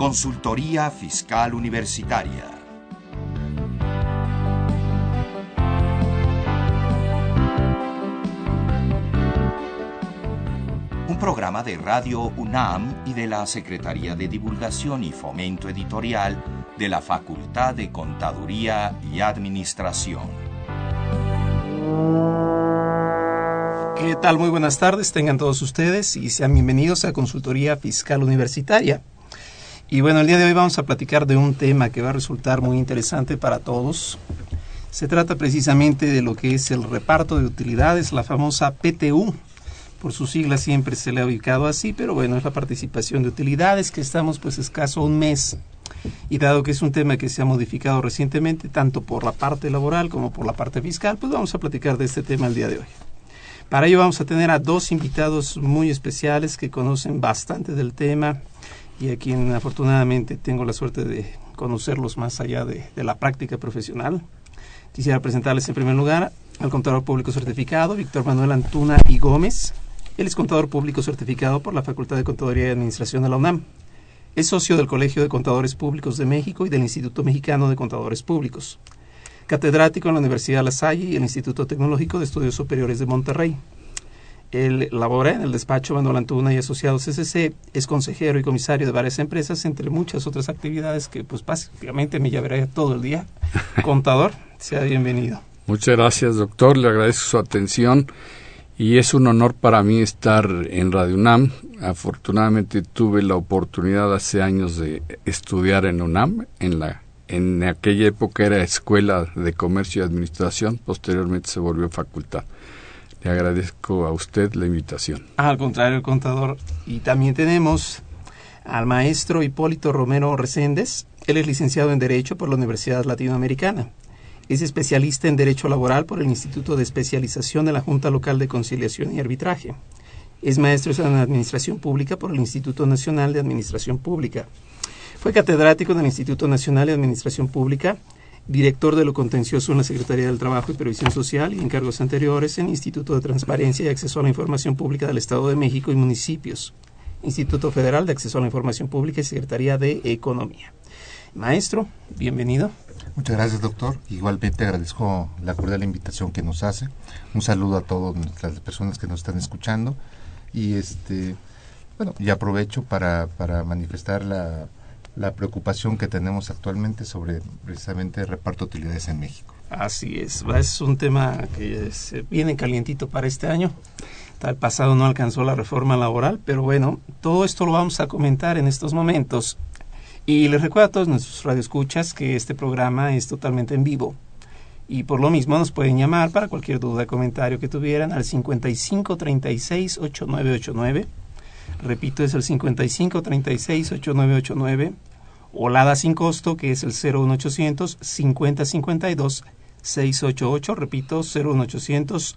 Consultoría Fiscal Universitaria. Un programa de Radio UNAM y de la Secretaría de Divulgación y Fomento Editorial de la Facultad de Contaduría y Administración. ¿Qué tal? Muy buenas tardes, tengan todos ustedes y sean bienvenidos a Consultoría Fiscal Universitaria. Y bueno, el día de hoy vamos a platicar de un tema que va a resultar muy interesante para todos. Se trata precisamente de lo que es el reparto de utilidades, la famosa PTU. Por sus siglas siempre se le ha ubicado así, pero bueno, es la participación de utilidades, que estamos pues escaso un mes. Y dado que es un tema que se ha modificado recientemente, tanto por la parte laboral como por la parte fiscal, pues vamos a platicar de este tema el día de hoy. Para ello vamos a tener a dos invitados muy especiales que conocen bastante del tema y a quien afortunadamente tengo la suerte de conocerlos más allá de la práctica profesional. Quisiera presentarles en primer lugar al contador público certificado, Víctor Manuel Antuna y Gómez. Él es contador público certificado por la Facultad de Contaduría y Administración de la UNAM. Es socio del Colegio de Contadores Públicos de México y del Instituto Mexicano de Contadores Públicos. Catedrático en la Universidad La Salle y el Instituto Tecnológico de Estudios Superiores de Monterrey. Él labora en el despacho Manuel Antuna y Asociados SC, es consejero y comisario de varias empresas, entre muchas otras actividades que pues básicamente me llevaré todo el día. Contador, sea bienvenido. Muchas gracias, doctor, le agradezco su atención y es un honor para mí estar en Radio UNAM. Afortunadamente tuve la oportunidad hace años de estudiar en UNAM, en aquella época era Escuela de Comercio y Administración, posteriormente se volvió facultad. Le agradezco a usted la invitación. Al contrario, contador. Y también tenemos al maestro Hipólito Romero Reséndez. Él es licenciado en Derecho por la Universidad Latinoamericana. Es especialista en Derecho Laboral por el Instituto de Especialización de la Junta Local de Conciliación y Arbitraje. Es maestro en Administración Pública por el Instituto Nacional de Administración Pública. Fue catedrático en el Instituto Nacional de Administración Pública, director de lo contencioso en la Secretaría del Trabajo y Previsión Social y en cargos anteriores en el Instituto de Transparencia y Acceso a la Información Pública del Estado de México y Municipios, Instituto Federal de Acceso a la Información Pública y Secretaría de Economía. Maestro, bienvenido. Muchas gracias, doctor. Igualmente agradezco la cordial invitación que nos hace. Un saludo a todas las personas que nos están escuchando y y aprovecho para manifestar la preocupación que tenemos actualmente sobre precisamente el reparto de utilidades en México. Así es un tema que viene calientito para este año. El pasado no alcanzó la reforma laboral, pero bueno, todo esto lo vamos a comentar en estos momentos. Y les recuerdo a todos nuestros radioescuchas que este programa es totalmente en vivo. Y por lo mismo nos pueden llamar para cualquier duda o comentario que tuvieran al 5536-8989. Repito, es el 5536-8989. O LADA sin costo, que es el 01800 5052 688. Repito, 01800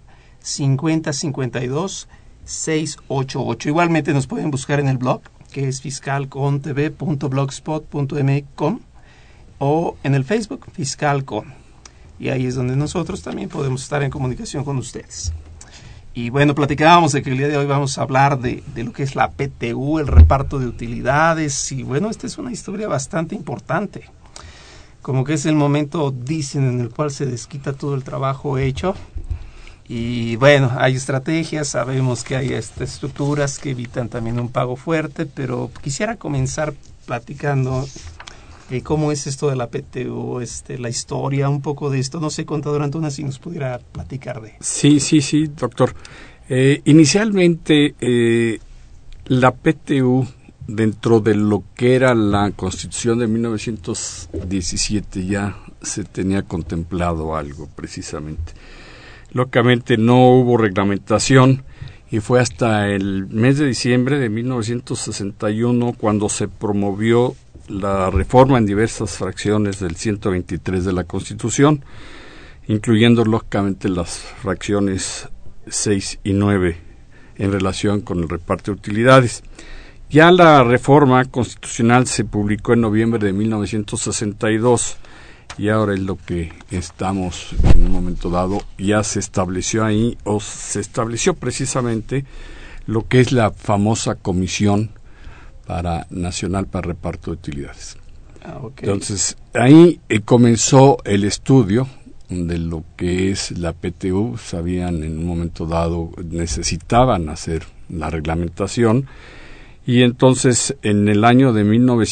5052 688. Igualmente nos pueden buscar en el blog, que es fiscalcontv.blogspot.com, o en el Facebook, Fiscalcon. Y ahí es donde nosotros también podemos estar en comunicación con ustedes. Y bueno, platicábamos de que el día de hoy vamos a hablar de lo que es la PTU, el reparto de utilidades. Y bueno, esta es una historia bastante importante. Como que es el momento, dicen, en el cual se desquita todo el trabajo hecho. Y bueno, hay estrategias, sabemos que hay estructuras que evitan también un pago fuerte, pero quisiera comenzar platicando cómo es esto de la PTU, la historia, un poco de esto. No sé, contador Antuna, si nos pudiera platicar de... Sí, doctor. Inicialmente, la PTU, dentro de lo que era la Constitución de 1917, ya se tenía contemplado algo, precisamente. Lógicamente no hubo reglamentación y fue hasta el mes de diciembre de 1961 cuando se promovió la reforma en diversas fracciones del 123 de la Constitución, incluyendo lógicamente las fracciones 6 y 9 en relación con el reparto de utilidades. Ya la reforma constitucional se publicó en noviembre de 1962 y ahora es lo que estamos en un momento dado. Ya se estableció ahí, o se estableció precisamente lo que es la famosa Comisión nacional para reparto de utilidades. Okay. Entonces, ahí comenzó el estudio de lo que es la PTU. Sabían en un momento dado, necesitaban hacer la reglamentación, y entonces en el año de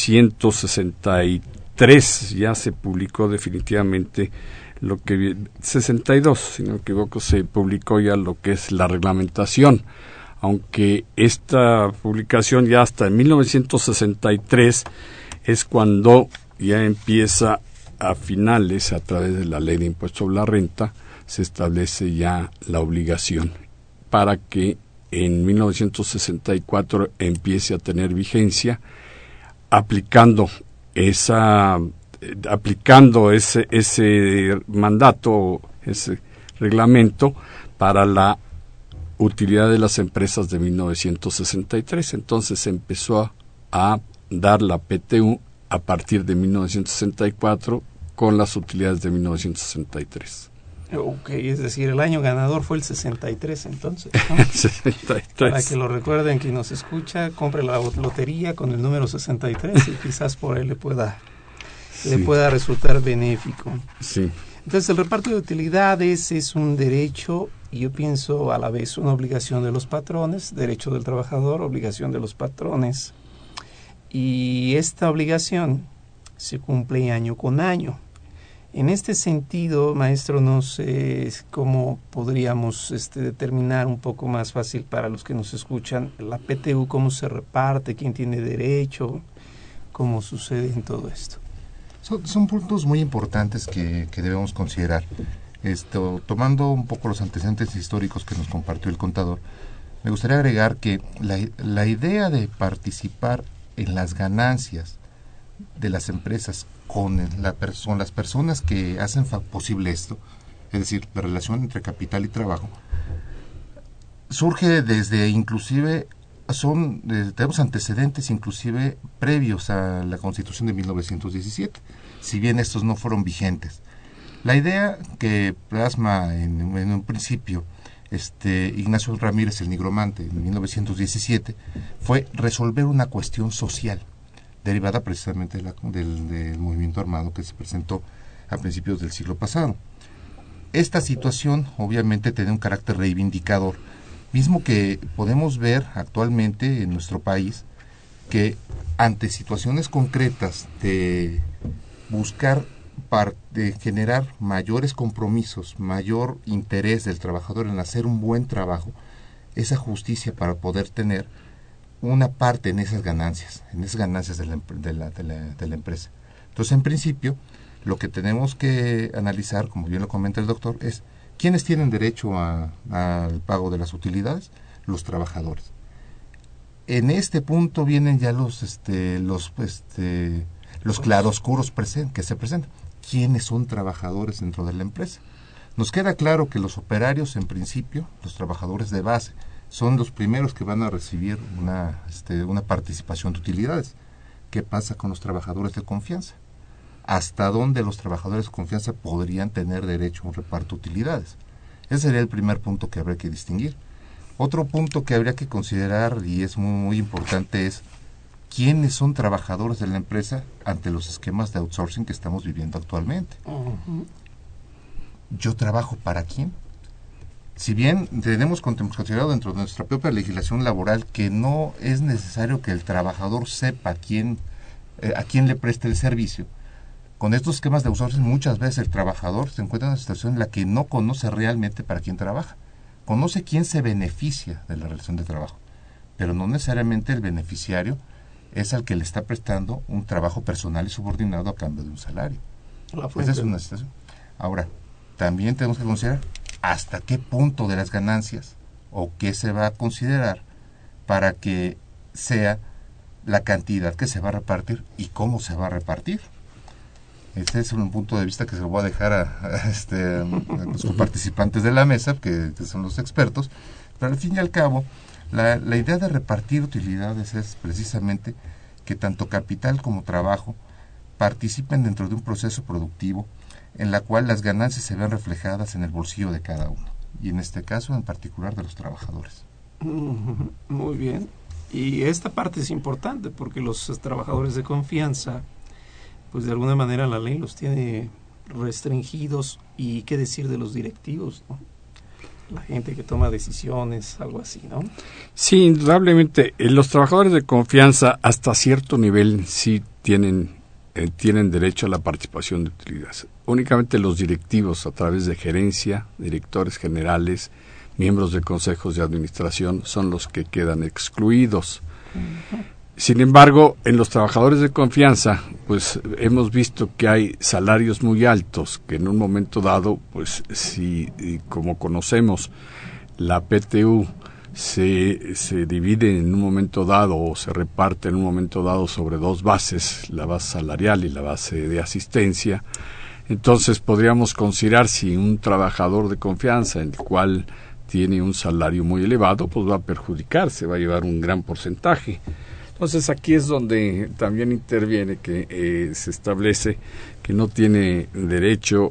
1963 ya se publicó definitivamente 62, si no me equivoco, se publicó ya lo que es la reglamentación, aunque esta publicación ya hasta en 1963 es cuando ya empieza a finales, a través de la ley de impuesto sobre la renta, se establece ya la obligación para que en 1964 empiece a tener vigencia, aplicando ese mandato, ese reglamento para la utilidad de las empresas de 1963. Entonces se empezó a dar la PTU a partir de 1964 con las utilidades de 1963. Ok, es decir, el año ganador fue el 63 entonces, ¿no? 63. Para que lo recuerden, quien nos escucha, compre la lotería con el número 63 y quizás por ahí le pueda resultar benéfico. Sí. Entonces el reparto de utilidades es un derecho y yo pienso a la vez una obligación de los patrones, derecho del trabajador, obligación de los patrones. Y esta obligación se cumple año con año. En este sentido, maestro, no sé cómo podríamos determinar un poco más fácil para los que nos escuchan la PTU, cómo se reparte, quién tiene derecho, cómo sucede en todo esto. Son puntos muy importantes que debemos considerar. Tomando un poco los antecedentes históricos que nos compartió el contador, me gustaría agregar que la idea de participar en las ganancias de las empresas con las personas que hacen posible esto, es decir, la relación entre capital y trabajo, surge desde inclusive, tenemos antecedentes inclusive previos a la Constitución de 1917, si bien estos no fueron vigentes. La idea que plasma en un principio Ignacio Ramírez el Nigromante en 1917 fue resolver una cuestión social derivada precisamente del movimiento armado que se presentó a principios del siglo pasado. Esta situación obviamente tiene un carácter reivindicador, mismo que podemos ver actualmente en nuestro país, que ante situaciones concretas de buscar de generar mayores compromisos, mayor interés del trabajador en hacer un buen trabajo, esa justicia para poder tener una parte en esas ganancias de la empresa. Entonces, en principio, lo que tenemos que analizar, como bien lo comenta el doctor, es ¿quiénes tienen derecho al pago de las utilidades? Los trabajadores. En este punto vienen ya los claroscuros que se presentan. ¿Quiénes son trabajadores dentro de la empresa? Nos queda claro que los operarios, en principio, los trabajadores de base, son los primeros que van a recibir una participación de utilidades. ¿Qué pasa con los trabajadores de confianza? ¿Hasta dónde los trabajadores de confianza podrían tener derecho a un reparto de utilidades? Ese sería el primer punto que habría que distinguir. Otro punto que habría que considerar, y es muy, muy importante, es quiénes son trabajadores de la empresa ante los esquemas de outsourcing que estamos viviendo actualmente. Uh-huh. ¿Yo trabajo para quién? Si bien tenemos considerado dentro de nuestra propia legislación laboral que no es necesario que el trabajador sepa a quién le preste el servicio, con estos esquemas de outsourcing muchas veces el trabajador se encuentra en una situación en la que no conoce realmente para quién trabaja. Conoce quién se beneficia de la relación de trabajo, pero no necesariamente el beneficiario es al que le está prestando un trabajo personal y subordinado a cambio de un salario. Esa es una situación. Ahora, también tenemos que considerar hasta qué punto de las ganancias o qué se va a considerar para que sea la cantidad que se va a repartir y cómo se va a repartir. Este es un punto de vista que se lo voy a dejar a los participantes de la mesa, que son los expertos, pero al fin y al cabo, la idea de repartir utilidades es precisamente que tanto capital como trabajo participen dentro de un proceso productivo en la cual las ganancias se vean reflejadas en el bolsillo de cada uno, y en este caso en particular de los trabajadores. Muy bien. Y esta parte es importante porque los trabajadores de confianza, pues de alguna manera la ley los tiene restringidos. Y qué decir de los directivos, ¿no? La gente que toma decisiones, algo así, ¿no? Sí, indudablemente. Los trabajadores de confianza hasta cierto nivel sí tienen derecho a la participación de utilidades. Únicamente los directivos a través de gerencia, directores generales, miembros de consejos de administración son los que quedan excluidos. Uh-huh. Sin embargo, en los trabajadores de confianza, pues hemos visto que hay salarios muy altos que en un momento dado, pues si como conocemos la PTU se divide en un momento dado o se reparte en un momento dado sobre dos bases, la base salarial y la base de asistencia, entonces podríamos considerar si un trabajador de confianza en el cual tiene un salario muy elevado, pues va a perjudicarse, va a llevar un gran porcentaje. Entonces aquí es donde también interviene que se establece que no tiene derecho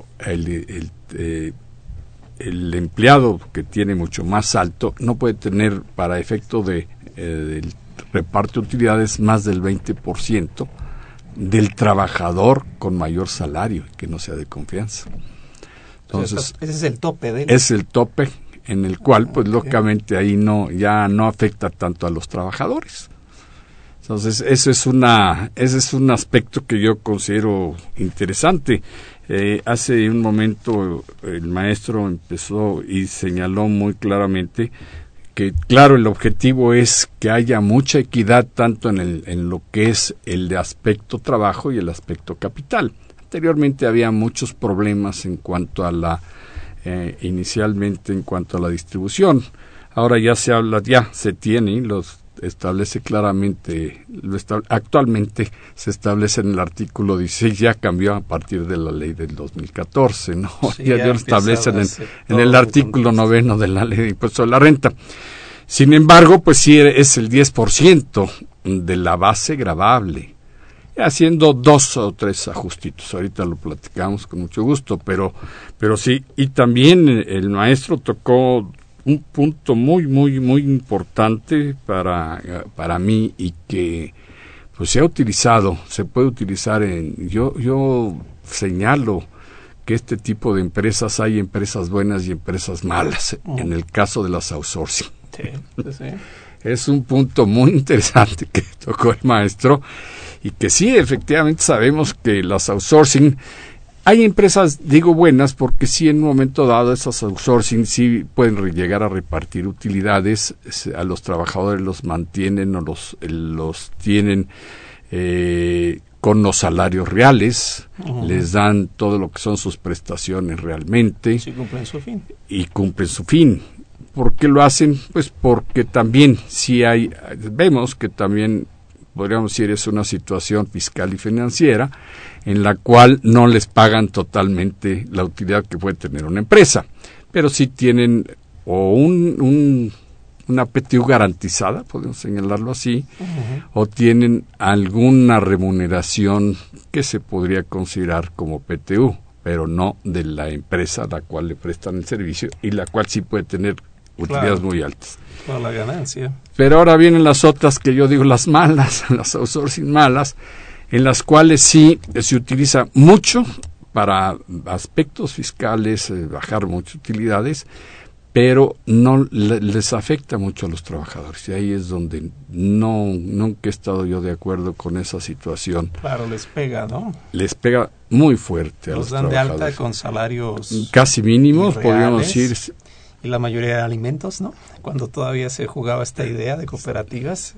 el empleado que tiene mucho más alto, no puede tener para efecto del reparto de utilidades más del 20% del trabajador con mayor salario que no sea de confianza. Entonces, ese es el tope de él. Es el tope en el cual, pues lógicamente ahí ya no afecta tanto a los trabajadores. Entonces, ese es un aspecto que yo considero interesante. Hace un momento el maestro empezó y señaló muy claramente que, claro, el objetivo es que haya mucha equidad tanto en lo que es el de aspecto trabajo y el aspecto capital. Anteriormente había muchos problemas en cuanto a inicialmente en cuanto a la distribución. Ahora se tiene los establece claramente, actualmente se establece en el artículo 16, ya cambió a partir de la ley del 2014, ¿no? Sí, ya lo establecen en el artículo 9 de la ley de impuesto de la renta. Sin embargo, pues sí es el 10% de la base gravable, haciendo 2 o 3 ajustitos. Ahorita lo platicamos con mucho gusto, pero sí. Y también el maestro tocó un punto muy, muy, muy importante para mí y que pues se puede utilizar yo señalo que este tipo de empresas, hay empresas buenas y empresas malas, en el caso de las outsourcing. Sí. Es un punto muy interesante que tocó el maestro y que sí, efectivamente sabemos que las outsourcing, hay empresas, digo buenas, porque sí en un momento dado esas outsourcing sí pueden llegar a repartir utilidades, a los trabajadores los mantienen o los tienen con los salarios reales, les dan todo lo que son sus prestaciones realmente. Sí, cumplen su fin. Y cumplen su fin. ¿Por qué lo hacen? Pues porque también vemos que también podríamos decir es una situación fiscal y financiera en la cual no les pagan totalmente la utilidad que puede tener una empresa, pero sí tienen o una PTU garantizada, podemos señalarlo así, o tienen alguna remuneración que se podría considerar como PTU, pero no de la empresa a la cual le prestan el servicio y la cual sí puede tener utilidades muy altas. Toda la ganancia. Pero ahora vienen las otras que yo digo las malas, las outsourcing malas, en las cuales sí se utiliza mucho para aspectos fiscales, bajar muchas utilidades, pero no les afecta mucho a los trabajadores. Y ahí es donde nunca he estado yo de acuerdo con esa situación. Claro, les pega, ¿no? Les pega muy fuerte a los trabajadores. Los dan de alta con salarios casi mínimos, podríamos decir. Y la mayoría de alimentos, ¿no? Cuando todavía se jugaba esta idea de cooperativas.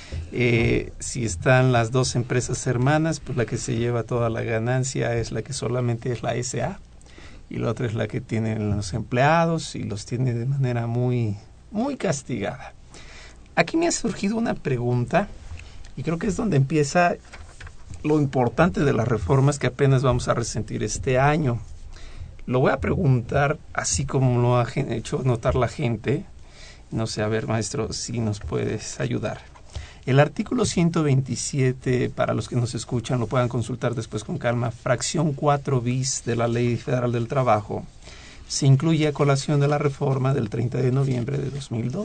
Si están las dos empresas hermanas, pues la que se lleva toda la ganancia es la que solamente es la SA. Y la otra es la que tienen los empleados y los tiene de manera muy, muy castigada. Aquí me ha surgido una pregunta y creo que es donde empieza lo importante de las reformas que apenas vamos a resentir este año. Lo voy a preguntar así como lo ha hecho notar la gente. No sé, a ver, maestro, si nos puedes ayudar. El artículo 127, para los que nos escuchan, lo puedan consultar después con calma, fracción 4 bis de la Ley Federal del Trabajo, se incluye a colación de la reforma del 30 de noviembre de 2012.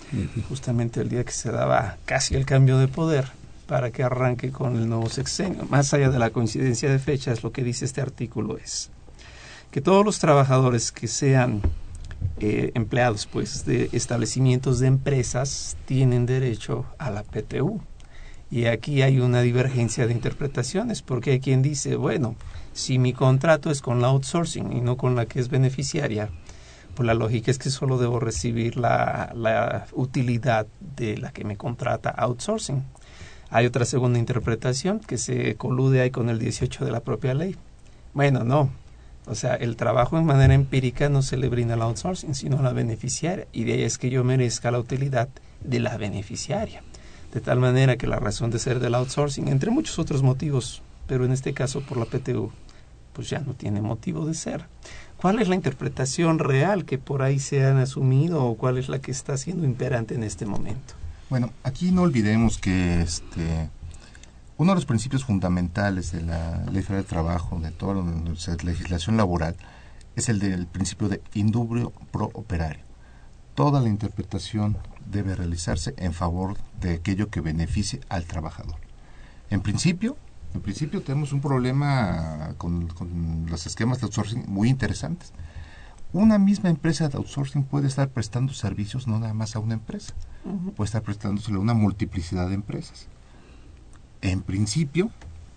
justamente el día que se daba casi el cambio de poder para que arranque con el nuevo sexenio. Más allá de la coincidencia de fechas, lo que dice este artículo es que todos los trabajadores que sean empleados pues de establecimientos de empresas tienen derecho a la PTU. Y aquí hay una divergencia de interpretaciones, porque hay quien dice, bueno, si mi contrato es con la outsourcing y no con la que es beneficiaria, pues la lógica es que solo debo recibir la utilidad de la que me contrata outsourcing. Hay otra segunda interpretación que se colude ahí con el 18 de la propia ley. Bueno, no. O sea, el trabajo en manera empírica no se le brinda al outsourcing, sino a la beneficiaria. Y de ahí es que yo merezca la utilidad de la beneficiaria. De tal manera que la razón de ser del outsourcing, entre muchos otros motivos, pero en este caso por la PTU, pues ya no tiene motivo de ser. ¿Cuál es la interpretación real que por ahí se han asumido o cuál es la que está siendo imperante en este momento? Bueno, aquí no olvidemos que uno de los principios fundamentales de la Ley Federal del Trabajo, de toda la legislación laboral, es el del principio de indubio pro operario. Toda la interpretación debe realizarse en favor de aquello que beneficie al trabajador. En principio tenemos un problema con los esquemas de outsourcing muy interesantes. Una misma empresa de outsourcing puede estar prestando servicios no nada más a una empresa, puede estar prestándoselo a una multiplicidad de empresas. En principio,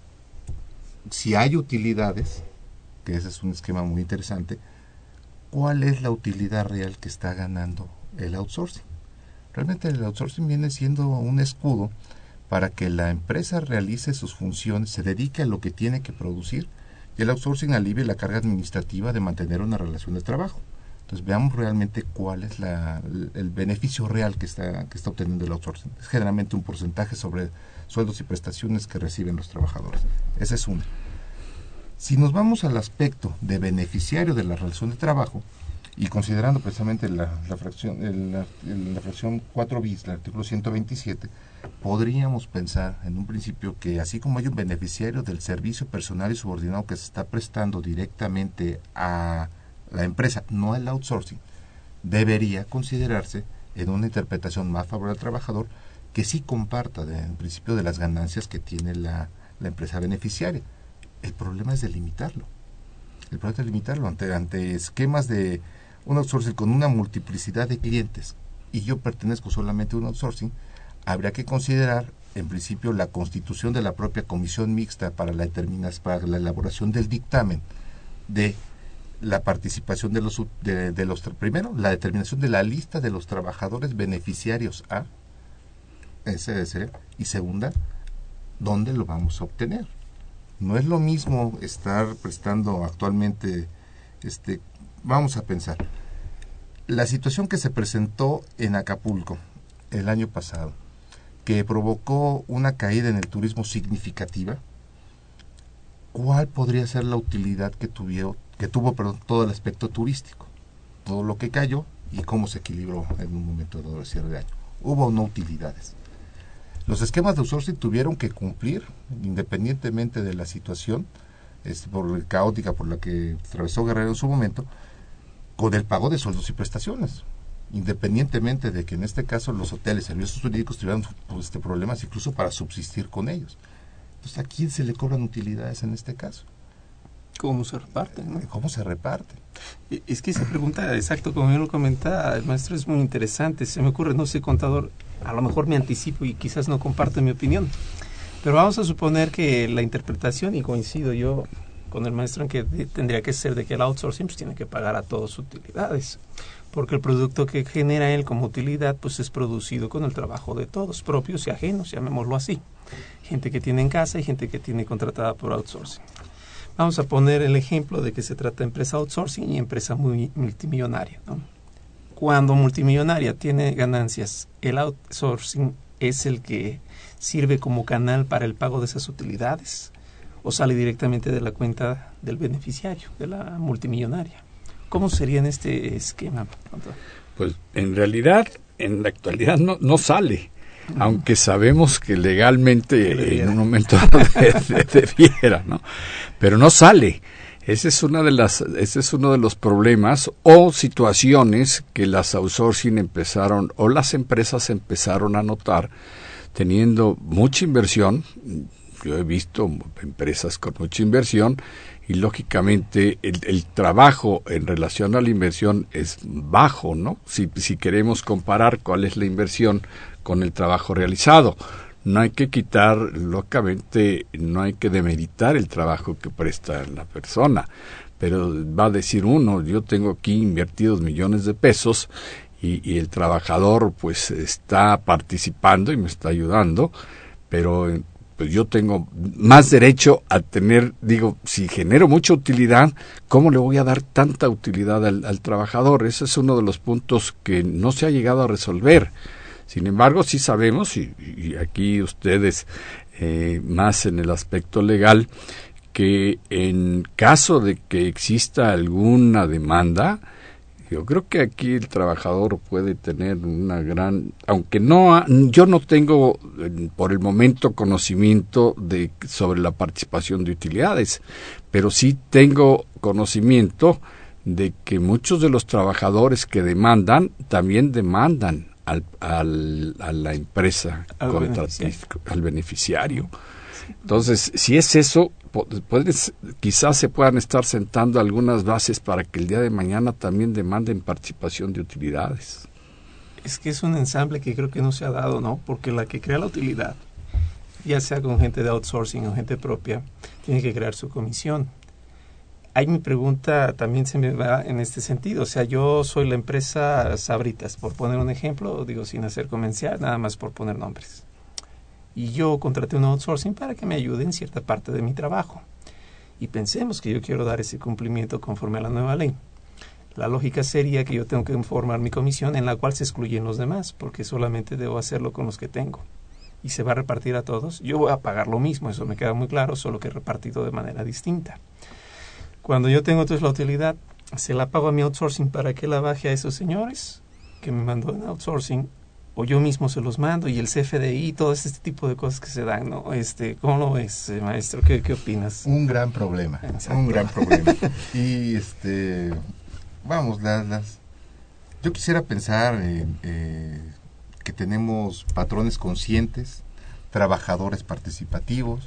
si hay utilidades, que ese es un esquema muy interesante, ¿cuál es la utilidad real que está ganando el outsourcing? Realmente el outsourcing viene siendo un escudo para que la empresa realice sus funciones, se dedique a lo que tiene que producir, y el outsourcing alivie la carga administrativa de mantener una relación de trabajo. Entonces veamos realmente cuál es el beneficio real que está obteniendo el outsourcing. Es generalmente un porcentaje sobre sueldos y prestaciones que reciben los trabajadores. Esa es una. Si nos vamos al aspecto de beneficiario de la relación de trabajo, y considerando precisamente la fracción 4 bis, el artículo 127, podríamos pensar en un principio que así como hay un beneficiario del servicio personal y subordinado que se está prestando directamente a la empresa, no al outsourcing, debería considerarse en una interpretación más favorable al trabajador que sí comparta en principio de las ganancias que tiene la empresa beneficiaria. El problema es delimitarlo. Ante esquemas de un outsourcing con una multiplicidad de clientes y yo pertenezco solamente a un outsourcing, habría que considerar en principio la constitución de la propia comisión mixta para la elaboración del dictamen de la participación de los primero, la determinación de la lista de los trabajadores beneficiarios a SSR, y segunda, ¿dónde lo vamos a obtener? No es lo mismo estar prestando actualmente, vamos a pensar, la situación que se presentó en Acapulco el año pasado, que provocó una caída en el turismo significativa. ¿Cuál podría ser la utilidad que tuvo todo el aspecto turístico? Todo lo que cayó y cómo se equilibró en un momento dado de cierre de año. Hubo no utilidades. Los esquemas de outsourcing tuvieron que cumplir, independientemente de la situación caótica por la que atravesó Guerrero en su momento, con el pago de sueldos y prestaciones, independientemente de que en este caso los hoteles, servicios jurídicos tuvieran problemas incluso para subsistir con ellos. Entonces, ¿a quién se le cobran utilidades en este caso? ¿Cómo se reparten? ¿No? ¿Cómo se reparten? Es que esa pregunta, exacto, como bien lo comentaba el maestro, es muy interesante. Se me ocurre, no sé, contador, a lo mejor me anticipo y quizás no comparto mi opinión, pero vamos a suponer que la interpretación, y coincido yo con el maestro en que tendría que ser de que el outsourcing pues tiene que pagar a todos utilidades, porque el producto que genera él como utilidad pues es producido con el trabajo de todos, propios y ajenos, llamémoslo así. Gente que tiene en casa y gente que tiene contratada por outsourcing. Vamos a poner el ejemplo de que se trata de empresa outsourcing y empresa muy multimillonaria, ¿no? Cuando multimillonaria tiene ganancias, el outsourcing es el que sirve como canal para el pago de esas utilidades o sale directamente de la cuenta del beneficiario, de la multimillonaria. ¿Cómo sería en este esquema? Pues en realidad, en la actualidad no sale, aunque sabemos que legalmente en un momento debiera, ¿no? Pero no sale. Ese es uno de los problemas o situaciones que las outsourcing empezaron o las empresas empezaron a notar, teniendo mucha inversión. Yo he visto empresas con mucha inversión y lógicamente el trabajo en relación a la inversión es bajo, ¿no? Si queremos comparar cuál es la inversión con el trabajo realizado. No hay que quitar, lógicamente, no hay que demeritar el trabajo que presta la persona, pero va a decir uno, yo tengo aquí invertidos millones de pesos y el trabajador pues está participando y me está ayudando, pero pues yo tengo más derecho a tener, digo, si genero mucha utilidad, ¿cómo le voy a dar tanta utilidad al trabajador? Ese es uno de los puntos que no se ha llegado a resolver. Sin embargo, sí sabemos, y aquí ustedes más en el aspecto legal, que en caso de que exista alguna demanda, yo creo que aquí el trabajador puede tener una gran, aunque yo no tengo por el momento conocimiento sobre la participación de utilidades, pero sí tengo conocimiento de que muchos de los trabajadores que demandan también demandan a la empresa al beneficiario. Entonces, si es eso, quizás se puedan estar sentando algunas bases para que el día de mañana también demanden participación de utilidades. Es que es un ensamble que creo que no se ha dado, ¿no? Porque la que crea la utilidad, ya sea con gente de outsourcing o gente propia, tiene que crear su comisión. Ahí mi pregunta también se me va en este sentido. O sea, yo soy la empresa Sabritas, por poner un ejemplo, digo sin hacer comercial, nada más por poner nombres. Y yo contraté un outsourcing para que me ayude en cierta parte de mi trabajo. Y pensemos que yo quiero dar ese cumplimiento conforme a la nueva ley. La lógica sería que yo tengo que informar mi comisión en la cual se excluyen los demás, porque solamente debo hacerlo con los que tengo. Y se va a repartir a todos. Yo voy a pagar lo mismo, eso me queda muy claro, solo que repartido de manera distinta. Cuando yo tengo entonces la utilidad, se la pago a mi outsourcing para que la baje a esos señores que me mandó en outsourcing, o yo mismo se los mando, y el CFDI, todo este tipo de cosas que se dan, ¿no? ¿Cómo lo ves, maestro? ¿Qué opinas? Un gran problema. Exacto. Un gran problema. Y vamos, yo quisiera pensar que tenemos patrones conscientes, trabajadores participativos,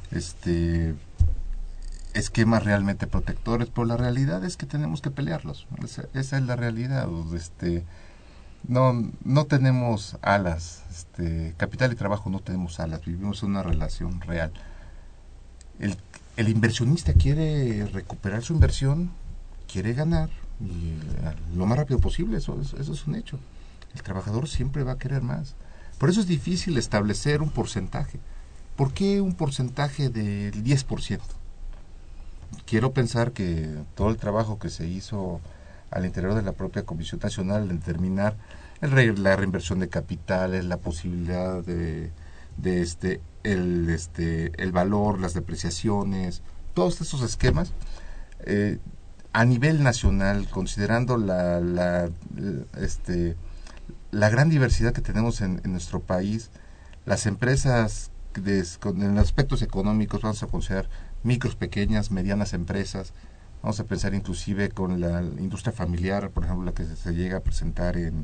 esquemas realmente protectores, pero la realidad es que tenemos que pelearlos. Esa es la realidad. No tenemos alas, capital y trabajo no tenemos alas, vivimos en una relación real. El inversionista quiere recuperar su inversión, quiere ganar y lo más rápido posible, eso es un hecho. El trabajador siempre va a querer más. Por eso es difícil establecer un porcentaje. ¿Por qué un porcentaje del 10%? Quiero pensar que todo el trabajo que se hizo al interior de la propia Comisión Nacional en determinar la reinversión de capitales, la posibilidad el valor, las depreciaciones, todos esos esquemas a nivel nacional, considerando la gran diversidad que tenemos en nuestro país, las empresas en aspectos económicos vamos a considerar micros, pequeñas, medianas empresas. Vamos a pensar inclusive con la industria familiar, por ejemplo, la que se llega a presentar en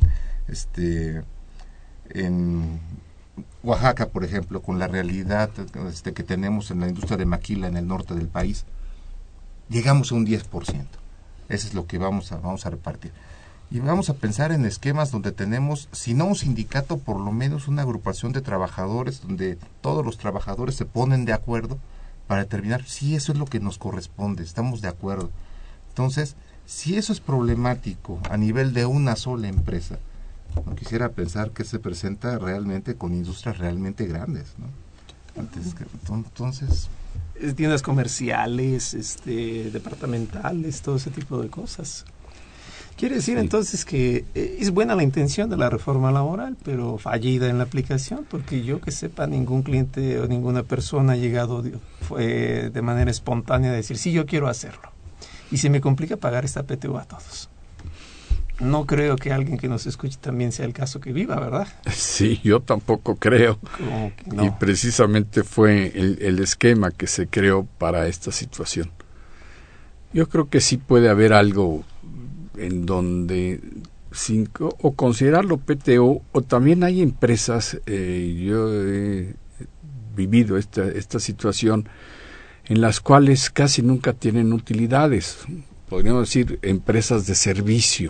Oaxaca, por ejemplo, con la realidad que tenemos en la industria de maquila en el norte del país. Llegamos a un 10%. Eso es lo que vamos a repartir. Y vamos a pensar en esquemas donde tenemos, si no un sindicato, por lo menos una agrupación de trabajadores, donde todos los trabajadores se ponen de acuerdo para determinar si eso es lo que nos corresponde, estamos de acuerdo. Entonces, si eso es problemático a nivel de una sola empresa, no quisiera pensar que se presenta realmente con industrias realmente grandes, ¿no? Entonces, tiendas comerciales, departamentales, todo ese tipo de cosas. Quiere decir entonces que es buena la intención de la reforma laboral, pero fallida en la aplicación, porque yo que sepa, ningún cliente o ninguna persona ha llegado de manera espontánea a decir, sí, yo quiero hacerlo. Y se me complica pagar esta PTU a todos. No creo que alguien que nos escuche también sea el caso que viva, ¿verdad? Sí, yo tampoco creo. Como que no. Y precisamente fue el esquema que se creó para esta situación. Yo creo que sí puede haber algo en donde o considerarlo PTU, o también hay empresas, yo he vivido esta situación, en las cuales casi nunca tienen utilidades, podríamos decir empresas de servicio.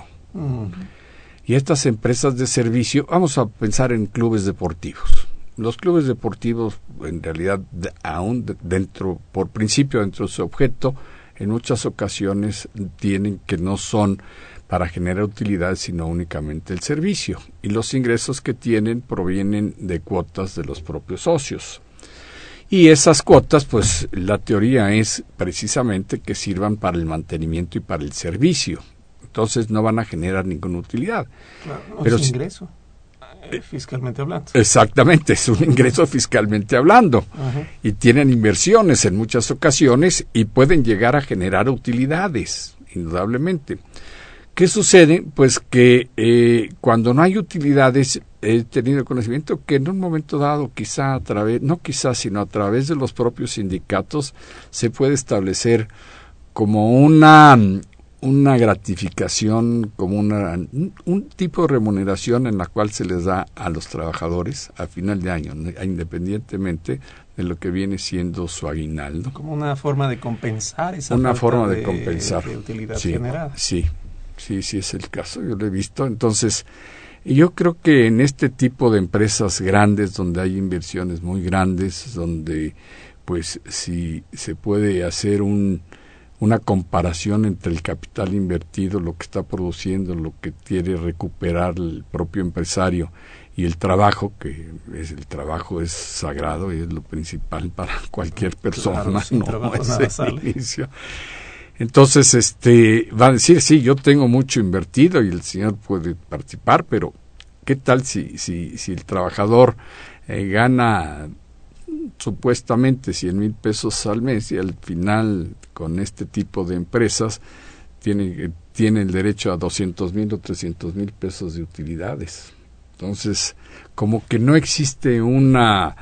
Y estas empresas de servicio, vamos a pensar en clubes deportivos. Los clubes deportivos, en realidad, aún por principio, dentro de su objeto, en muchas ocasiones tienen que no son para generar utilidad, sino únicamente el servicio. Y los ingresos que tienen provienen de cuotas de los propios socios. Y esas cuotas, pues, la teoría es precisamente que sirvan para el mantenimiento y para el servicio. Entonces no van a generar ninguna utilidad. Claro, pero es ingreso, fiscalmente hablando. Exactamente, es un ingreso fiscalmente hablando. Ajá. Y tienen inversiones en muchas ocasiones y pueden llegar a generar utilidades, indudablemente. ¿Qué sucede? Pues que cuando no hay utilidades, he tenido conocimiento que en un momento dado, sino a través de los propios sindicatos, se puede establecer como una gratificación, como un tipo de remuneración en la cual se les da a los trabajadores a final de año, independientemente de lo que viene siendo su aguinaldo. Como una forma de compensar esa forma de utilidad generada. Sí, es el caso, yo lo he visto. Entonces, yo creo que en este tipo de empresas grandes, donde hay inversiones muy grandes, donde pues si se puede hacer una comparación entre el capital invertido, lo que está produciendo, lo que quiere recuperar el propio empresario y el trabajo, el trabajo es sagrado y es lo principal para cualquier persona, claro, sin trabajo nada sale. Inicio. Entonces, va a decir, sí, yo tengo mucho invertido y el señor puede participar, pero ¿qué tal si el trabajador gana supuestamente 100,000 pesos al mes y al final con este tipo de empresas tiene el derecho a 200,000 o 300,000 pesos de utilidades? Entonces, como que no existe una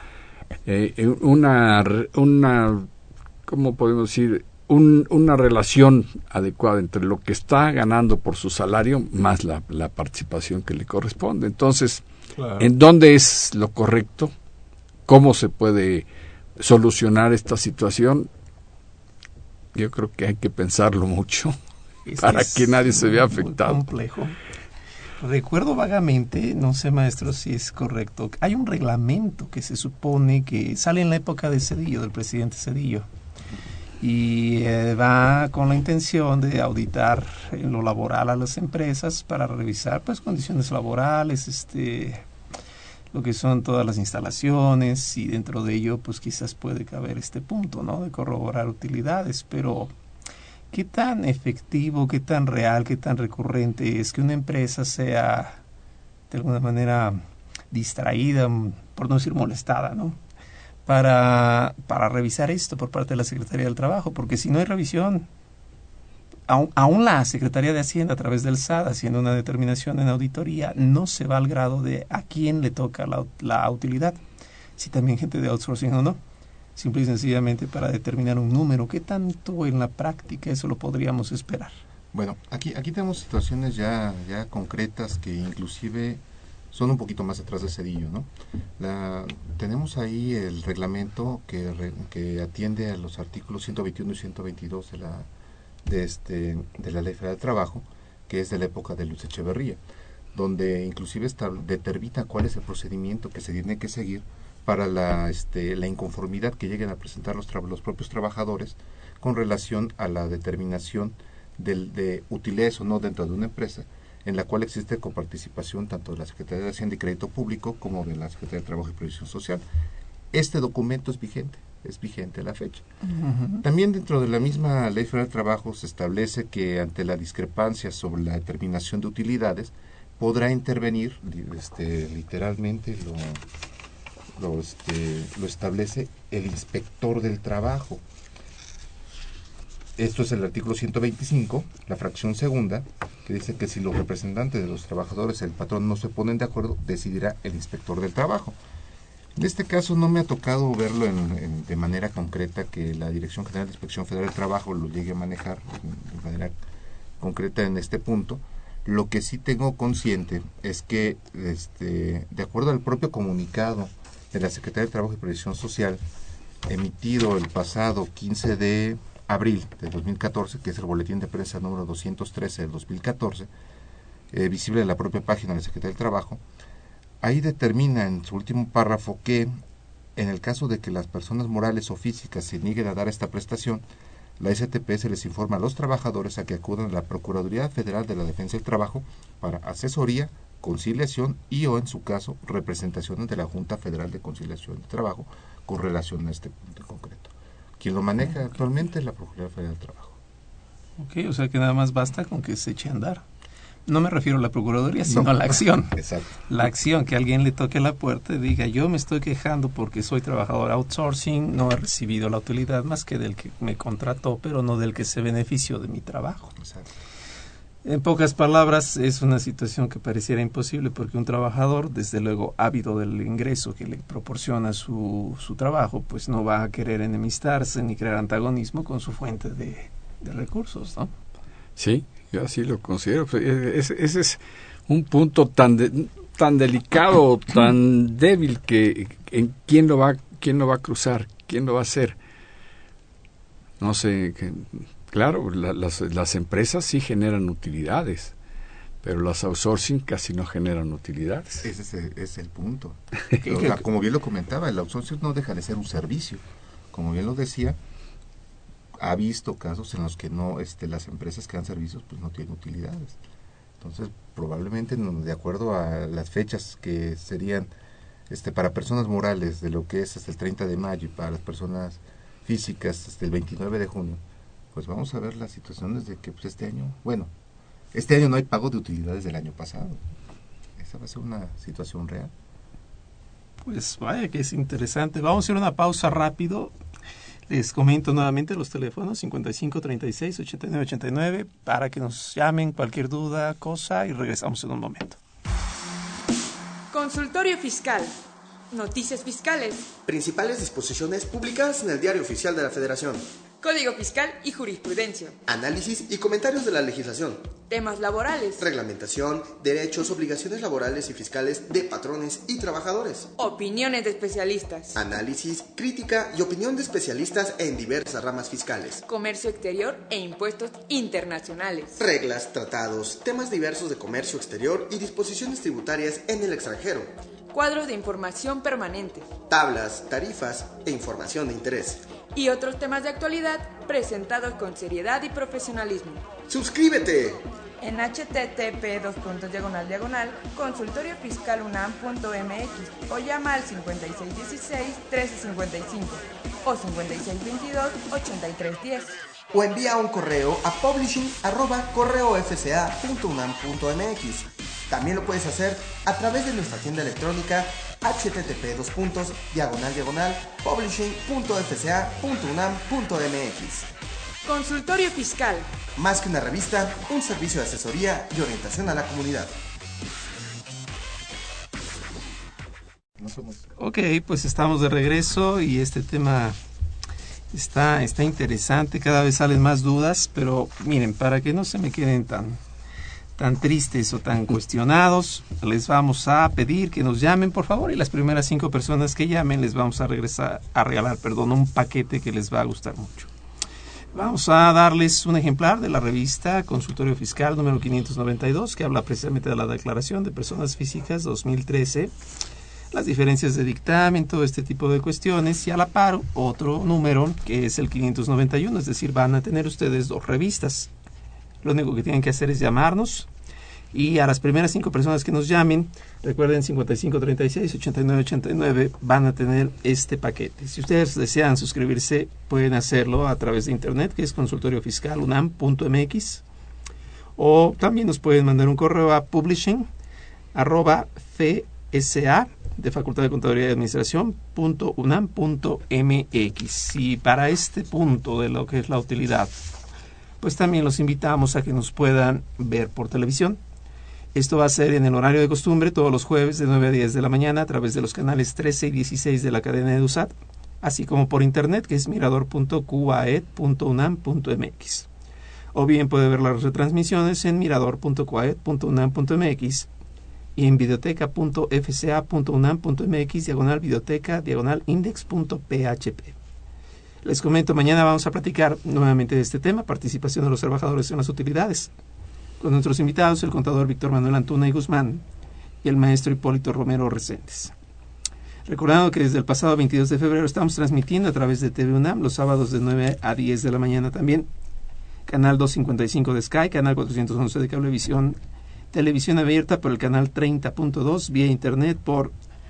¿cómo podemos decir? Una relación adecuada entre lo que está ganando por su salario más la participación que le corresponde. Entonces, claro, ¿en dónde es lo correcto? ¿Cómo se puede solucionar esta situación? Yo creo que hay que pensarlo mucho para que nadie se vea afectado. Muy complejo. Recuerdo vagamente, no sé, maestro, si es correcto, hay un reglamento que se supone que sale en la época de Zedillo, del presidente Zedillo, y va con la intención de auditar en lo laboral a las empresas para revisar pues condiciones laborales, lo que son todas las instalaciones, y dentro de ello pues quizás puede caber este punto, ¿no?, de corroborar utilidades. Pero ¿qué tan efectivo, qué tan real, qué tan recurrente es que una empresa sea de alguna manera distraída, por no decir molestada, ¿no?, para revisar esto por parte de la Secretaría del Trabajo? Porque si no hay revisión, aún la Secretaría de Hacienda a través del SAT haciendo una determinación en auditoría no se va al grado de a quién le toca la utilidad, si también gente de outsourcing o no, simple y sencillamente para determinar un número. ¿Qué tanto en la práctica eso lo podríamos esperar? Bueno, aquí tenemos situaciones ya concretas que inclusive son un poquito más atrás de Zedillo, ¿no? Tenemos ahí el reglamento que atiende a los artículos 121 y 122 de la Ley Federal del Trabajo, que es de la época de Luis Echeverría, donde inclusive determina cuál es el procedimiento que se tiene que seguir para la inconformidad que lleguen a presentar los propios trabajadores con relación a la determinación de utilidades o no dentro de una empresa, en la cual existe coparticipación tanto de la Secretaría de Hacienda y Crédito Público como de la Secretaría de Trabajo y Previsión Social. Este documento es vigente a la fecha. Uh-huh. También dentro de la misma Ley Federal del Trabajo se establece que ante la discrepancia sobre la determinación de utilidades podrá intervenir, literalmente lo establece el inspector del trabajo. Esto es el artículo 125, la fracción segunda, que dice que si los representantes de los trabajadores, el patrón, no se ponen de acuerdo, decidirá el inspector del trabajo. En este caso no me ha tocado verlo de manera concreta, que la Dirección General de Inspección Federal del Trabajo lo llegue a manejar de manera concreta en este punto. Lo que sí tengo consciente es que, de acuerdo al propio comunicado de la Secretaría de Trabajo y Previsión Social, emitido el pasado 15 de abril del 2014, que es el boletín de prensa número 213 del 2014, visible en la propia página de la Secretaría del Trabajo, ahí determina en su último párrafo que en el caso de que las personas morales o físicas se nieguen a dar esta prestación, la STPS les informa a los trabajadores a que acudan a la Procuraduría Federal de la Defensa del Trabajo para asesoría, conciliación y o en su caso representaciones de la Junta Federal de Conciliación de Trabajo con relación a este punto en concreto. Quien lo maneja actualmente es la Procuraduría Federal del Trabajo. Ok, o sea que nada más basta con que se eche a andar. No me refiero a la Procuraduría, sino a la acción. Exacto. La acción, que alguien le toque la puerta y diga, yo me estoy quejando porque soy trabajador outsourcing, no he recibido la utilidad más que del que me contrató, pero no del que se benefició de mi trabajo. Exacto. En pocas palabras, es una situación que pareciera imposible porque un trabajador, desde luego ávido del ingreso que le proporciona su trabajo, pues no va a querer enemistarse ni crear antagonismo con su fuente de recursos, ¿no? Sí, yo así lo considero. Ese es un punto tan delicado, tan débil, que en quién lo va a cruzar, quién lo va a hacer. No sé, claro, las empresas sí generan utilidades, pero las outsourcing casi no generan utilidades. Ese es el punto. O sea, como bien lo comentaba, el outsourcing no deja de ser un servicio. Como bien lo decía, ha visto casos en los que no las empresas que dan servicios pues no tienen utilidades. Entonces, probablemente, de acuerdo a las fechas que serían para personas morales de lo que es hasta el 30 de mayo y para las personas físicas hasta el 29 de junio, pues vamos a ver las situaciones de que pues este año no hay pago de utilidades del año pasado. Esa va a ser una situación real. Pues vaya que es interesante. Vamos a hacer una pausa rápido. Les comento nuevamente los teléfonos 55 36 89 89 para que nos llamen cualquier duda, cosa, y regresamos en un momento. Consultorio Fiscal. Noticias fiscales. Principales disposiciones publicadas en el Diario Oficial de la Federación. Código Fiscal y Jurisprudencia. Análisis y comentarios de la legislación. Temas laborales. Reglamentación, derechos, obligaciones laborales y fiscales de patrones y trabajadores. Opiniones de especialistas. Análisis, crítica y opinión de especialistas en diversas ramas fiscales. Comercio exterior e impuestos internacionales. Reglas, tratados, temas diversos de comercio exterior y disposiciones tributarias en el extranjero. Cuadros de información permanente. Tablas, tarifas e información de interés. Y otros temas de actualidad presentados con seriedad y profesionalismo. ¡Suscríbete! En http://consultoriofiscalunam.mx o llama al 5616-1355 o 5622-8310. O envía un correo a publishing@correofca.unam.mx. También lo puedes hacer a través de nuestra tienda electrónica http://publishing.fca.unam.mx. Consultorio Fiscal. Más que una revista, un servicio de asesoría y orientación a la comunidad. Ok, pues estamos de regreso y este tema está interesante, cada vez salen más dudas, pero miren, para que no se me queden tan tristes o tan cuestionados, les vamos a pedir que nos llamen, por favor, y las primeras 5 personas que llamen les vamos a regalar un paquete que les va a gustar mucho. Vamos a darles un ejemplar de la revista Consultorio Fiscal número 592, que habla precisamente de la Declaración de Personas Físicas 2013, las diferencias de dictamen, todo este tipo de cuestiones, y a la par otro número que es el 591, es decir, van a tener ustedes 2 revistas. Lo único que tienen que hacer es llamarnos, y a las primeras 5 personas que nos llamen, recuerden 55 36 89 89, van a tener este paquete. Si ustedes desean suscribirse, pueden hacerlo a través de internet, que es consultoriofiscalunam.mx, o también nos pueden mandar un correo a publishing@fsa de Facultad de Contaduría y Administración .unam.mx. Y para este punto de lo que es la utilidad, pues también los invitamos a que nos puedan ver por televisión. Esto va a ser en el horario de costumbre todos los jueves de 9 a 10 de la mañana a través de los canales 13 y 16 de la cadena EduSat, así como por internet, que es mirador.cuaed.unam.mx. O bien puede ver las retransmisiones en mirador.cuaed.unam.mx y en videoteca.fca.unam.mx/videoteca/index.php. Les comento, mañana vamos a platicar nuevamente de este tema, participación de los trabajadores en las utilidades, con nuestros invitados, el contador Víctor Manuel Antuna y Guzmán y el maestro Hipólito Romero Reséndez. Recordando que desde el pasado 22 de febrero estamos transmitiendo a través de TV UNAM los sábados de 9 a 10 de la mañana también, canal 255 de Sky, canal 411 de Cablevisión, televisión abierta por el canal 30.2, vía internet por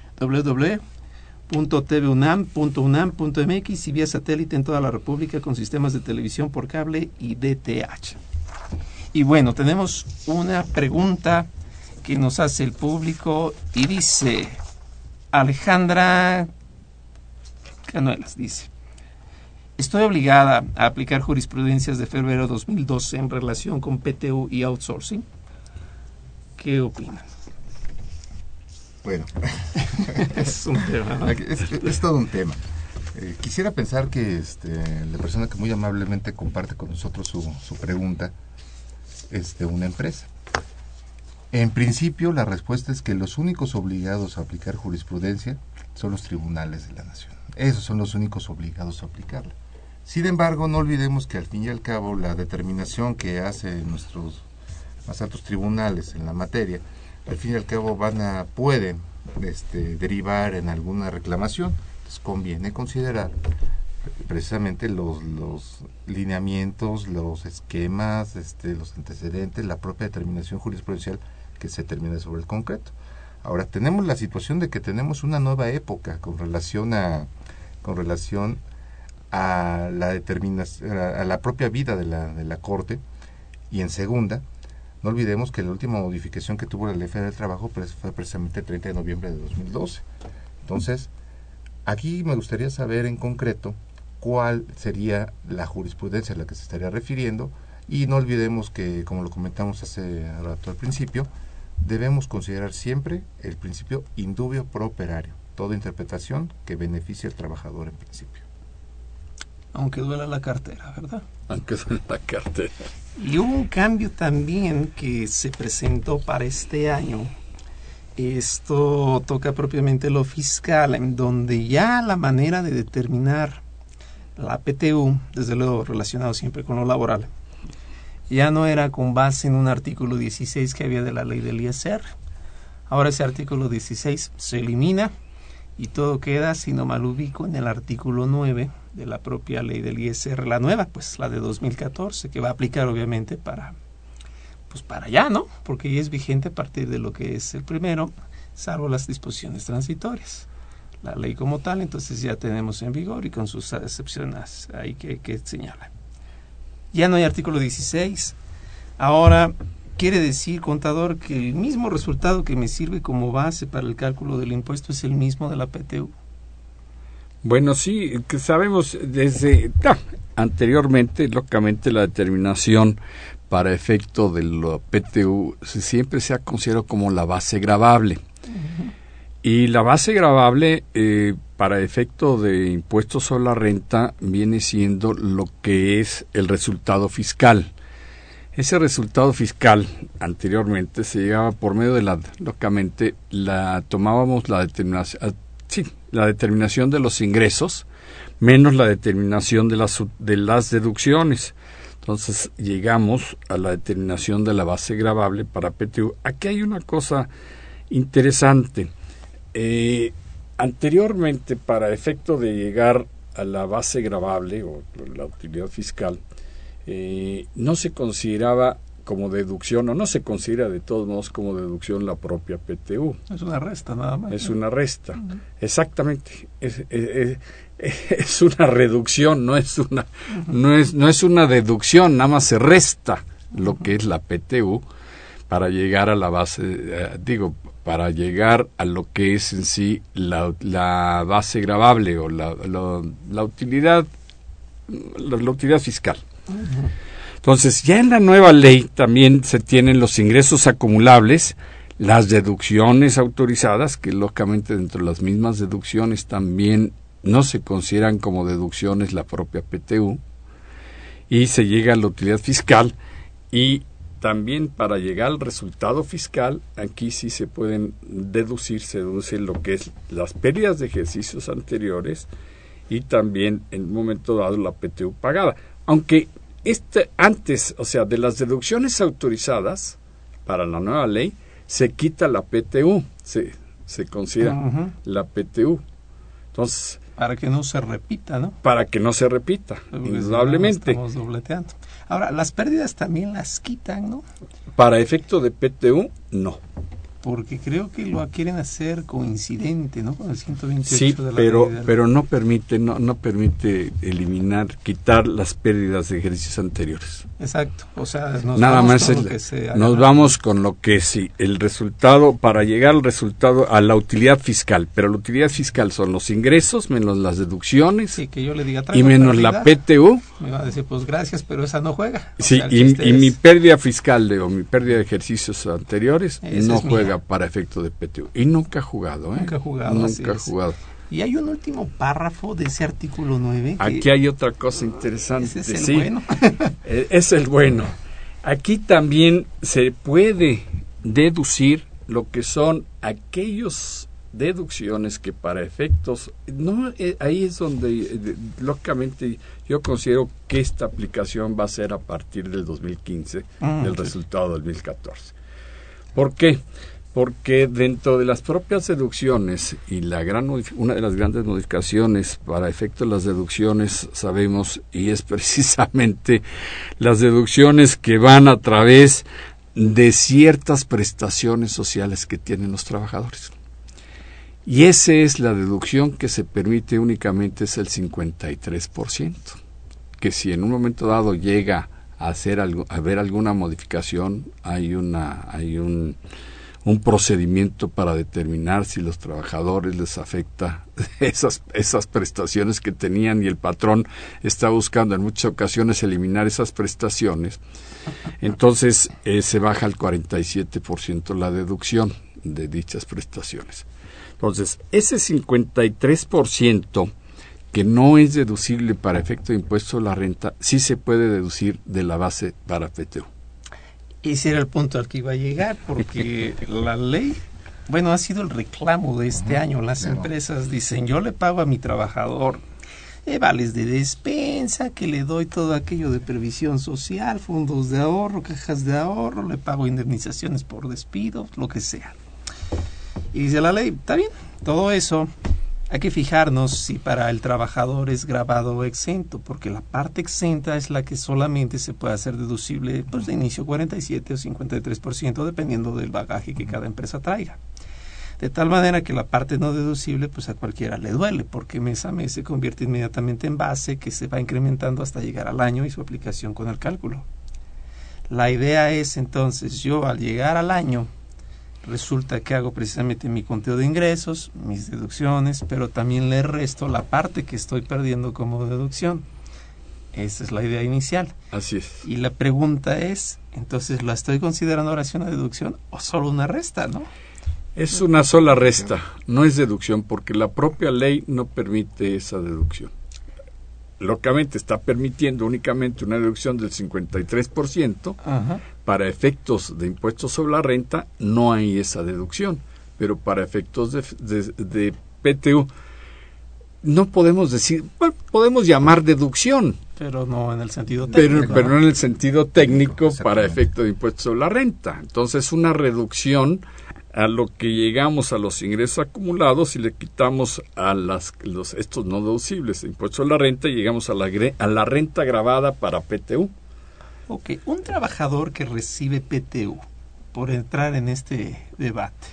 www.tvunam.unam.mx y vía satélite en toda la República con sistemas de televisión por cable y DTH. Y bueno, tenemos una pregunta que nos hace el público y dice Alejandra Canuelas, dice: estoy obligada a aplicar jurisprudencias de febrero 2012 en relación con PTU y outsourcing. ¿Qué opinan? Bueno, Es un tema, ¿no? es todo un tema. Quisiera pensar que la persona que muy amablemente comparte con nosotros su pregunta es de una empresa. En principio, la respuesta es que los únicos obligados a aplicar jurisprudencia son los tribunales de la nación. Esos son los únicos obligados a aplicarla. Sin embargo, no olvidemos que al fin y al cabo la determinación que hacen nuestros más altos tribunales en la materia, al fin y al cabo pueden derivar en alguna reclamación. Entonces conviene considerar precisamente los lineamientos, los esquemas, los antecedentes, la propia determinación jurisprudencial que se termina sobre el concreto. Ahora tenemos la situación de que tenemos una nueva época con relación a la determinación, a la propia vida de la Corte, y en segunda, no olvidemos que la última modificación que tuvo la Ley Federal del Trabajo fue precisamente el 30 de noviembre de 2012. Entonces, aquí me gustaría saber en concreto cuál sería la jurisprudencia a la que se estaría refiriendo, y no olvidemos que, como lo comentamos hace rato al principio, debemos considerar siempre el principio indubio pro operario, toda interpretación que beneficie al trabajador en principio. Aunque duela la cartera, ¿verdad? Aunque duela la cartera. Y hubo un cambio también que se presentó para este año. Esto toca propiamente lo fiscal, en donde ya la manera de determinar la PTU, desde luego relacionado siempre con lo laboral, ya no era con base en un artículo 16 que había de la ley del ISR. Ahora ese artículo 16 se elimina y todo queda, si no mal ubico, en el artículo 9 de la propia ley del ISR, la nueva, pues la de 2014, que va a aplicar obviamente para allá, ¿no? Porque ya es vigente a partir de lo que es el primero, salvo las disposiciones transitorias. La ley como tal, entonces ya tenemos en vigor y con sus excepciones ahí que señalan. Ya no hay artículo 16. Ahora, quiere decir, contador, que el mismo resultado que me sirve como base para el cálculo del impuesto es el mismo de la PTU. Bueno, sí, que sabemos desde anteriormente, lógicamente, la determinación para efecto de la PTU siempre se ha considerado como la base gravable. Uh-huh. Y la base gravable para efecto de impuestos sobre la renta viene siendo lo que es el resultado fiscal. Ese resultado fiscal anteriormente se llegaba por medio de lógicamente, tomábamos la determinación de los ingresos menos la determinación de las deducciones. Entonces llegamos a la determinación de la base gravable para PTU. Aquí hay una cosa interesante. Anteriormente, para efecto de llegar a la base gravable o la utilidad fiscal, no se consideraba como deducción, o no se considera de todos modos como deducción la propia PTU. Es una resta nada más. Es una resta, uh-huh. Exactamente. Es una reducción, no es una, uh-huh. no es una deducción, nada más se resta lo uh-huh. que es la PTU para llegar a la base, para llegar a lo que es en sí la base gravable o la utilidad fiscal. Uh-huh. Entonces, ya en la nueva ley también se tienen los ingresos acumulables, las deducciones autorizadas, que lógicamente dentro de las mismas deducciones también no se consideran como deducciones la propia PTU, y se llega a la utilidad fiscal, y también para llegar al resultado fiscal, aquí sí se pueden se deduce lo que es las pérdidas de ejercicios anteriores y también en un momento dado la PTU pagada. Aunque antes, o sea, de las deducciones autorizadas para la nueva ley, se quita la PTU, se considera la PTU. Entonces, para que no se repita, ¿no? Para que no se repita, indudablemente. Estamos dobleteando. Ahora, las pérdidas también las quitan, ¿no? Para efecto de PTU, no. Porque creo que lo quieren hacer coincidente, ¿no? Con el 128 sí, de la pero no permite quitar las pérdidas de ejercicios anteriores. Exacto. O sea, nos vamos con lo que sí, el resultado, para llegar al resultado, a la utilidad fiscal. Pero la utilidad fiscal son los ingresos menos las deducciones. Sí, que yo le diga, y menos la PTU. Me va a decir, pues gracias, pero esa no juega. Sí, y mi pérdida fiscal o mi pérdida de ejercicios anteriores no juega para efecto de PTU. Y nunca ha jugado, ¿eh? Nunca ha jugado. Nunca ha jugado. Y hay un último párrafo de ese artículo 9. Aquí hay otra cosa interesante. Ese es el bueno. Es el bueno. Aquí también se puede deducir lo que son aquellos deducciones que para efectos, ahí es donde lógicamente yo considero que esta aplicación va a ser a partir del 2015, del resultado del 2014. ¿Por qué? Porque dentro de las propias deducciones y una de las grandes modificaciones para efecto de las deducciones, sabemos, y es precisamente las deducciones que van a través de ciertas prestaciones sociales que tienen los trabajadores. Y esa es la deducción que se permite únicamente, es el 53%, que si en un momento dado llega a haber alguna modificación, hay un procedimiento para determinar si los trabajadores les afecta esas prestaciones que tenían, y el patrón está buscando en muchas ocasiones eliminar esas prestaciones. Entonces se baja al 47% la deducción de dichas prestaciones. Entonces, ese 53% que no es deducible para efecto de impuesto a la renta, sí se puede deducir de la base para PTU. Ese era el punto al que iba a llegar, porque la ley, ha sido el reclamo de este año. Las empresas dicen, yo le pago a mi trabajador vales de despensa, que le doy todo aquello de previsión social, fondos de ahorro, cajas de ahorro, le pago indemnizaciones por despido, lo que sea. Y dice la ley, está bien, todo eso hay que fijarnos si para el trabajador es gravado o exento, porque la parte exenta es la que solamente se puede hacer deducible de inicio 47 o 53%, dependiendo del bagaje que cada empresa traiga. De tal manera que la parte no deducible a cualquiera le duele, porque mes a mes se convierte inmediatamente en base, que se va incrementando hasta llegar al año y su aplicación con el cálculo. La idea es entonces, yo al llegar al año, resulta que hago precisamente mi conteo de ingresos, mis deducciones, pero también le resto la parte que estoy perdiendo como deducción. Esa es la idea inicial. Así es. Y la pregunta es, entonces, ¿la estoy considerando ahora sí una deducción o solo una resta, no? Es una sola resta, no es deducción, porque la propia ley no permite esa deducción. Lógicamente está permitiendo únicamente una deducción del 53%. Ajá. Para efectos de impuestos sobre la renta no hay esa deducción, pero para efectos de PTU no podemos decir, podemos llamar deducción, pero no en el sentido técnico. Pero no en el sentido técnico para efectos de impuestos sobre la renta. Entonces, una reducción a lo que llegamos a los ingresos acumulados y le quitamos a estos no deducibles de impuestos sobre la renta y llegamos a la renta gravada para PTU. Ok, un trabajador que recibe PTU, por entrar en este debate,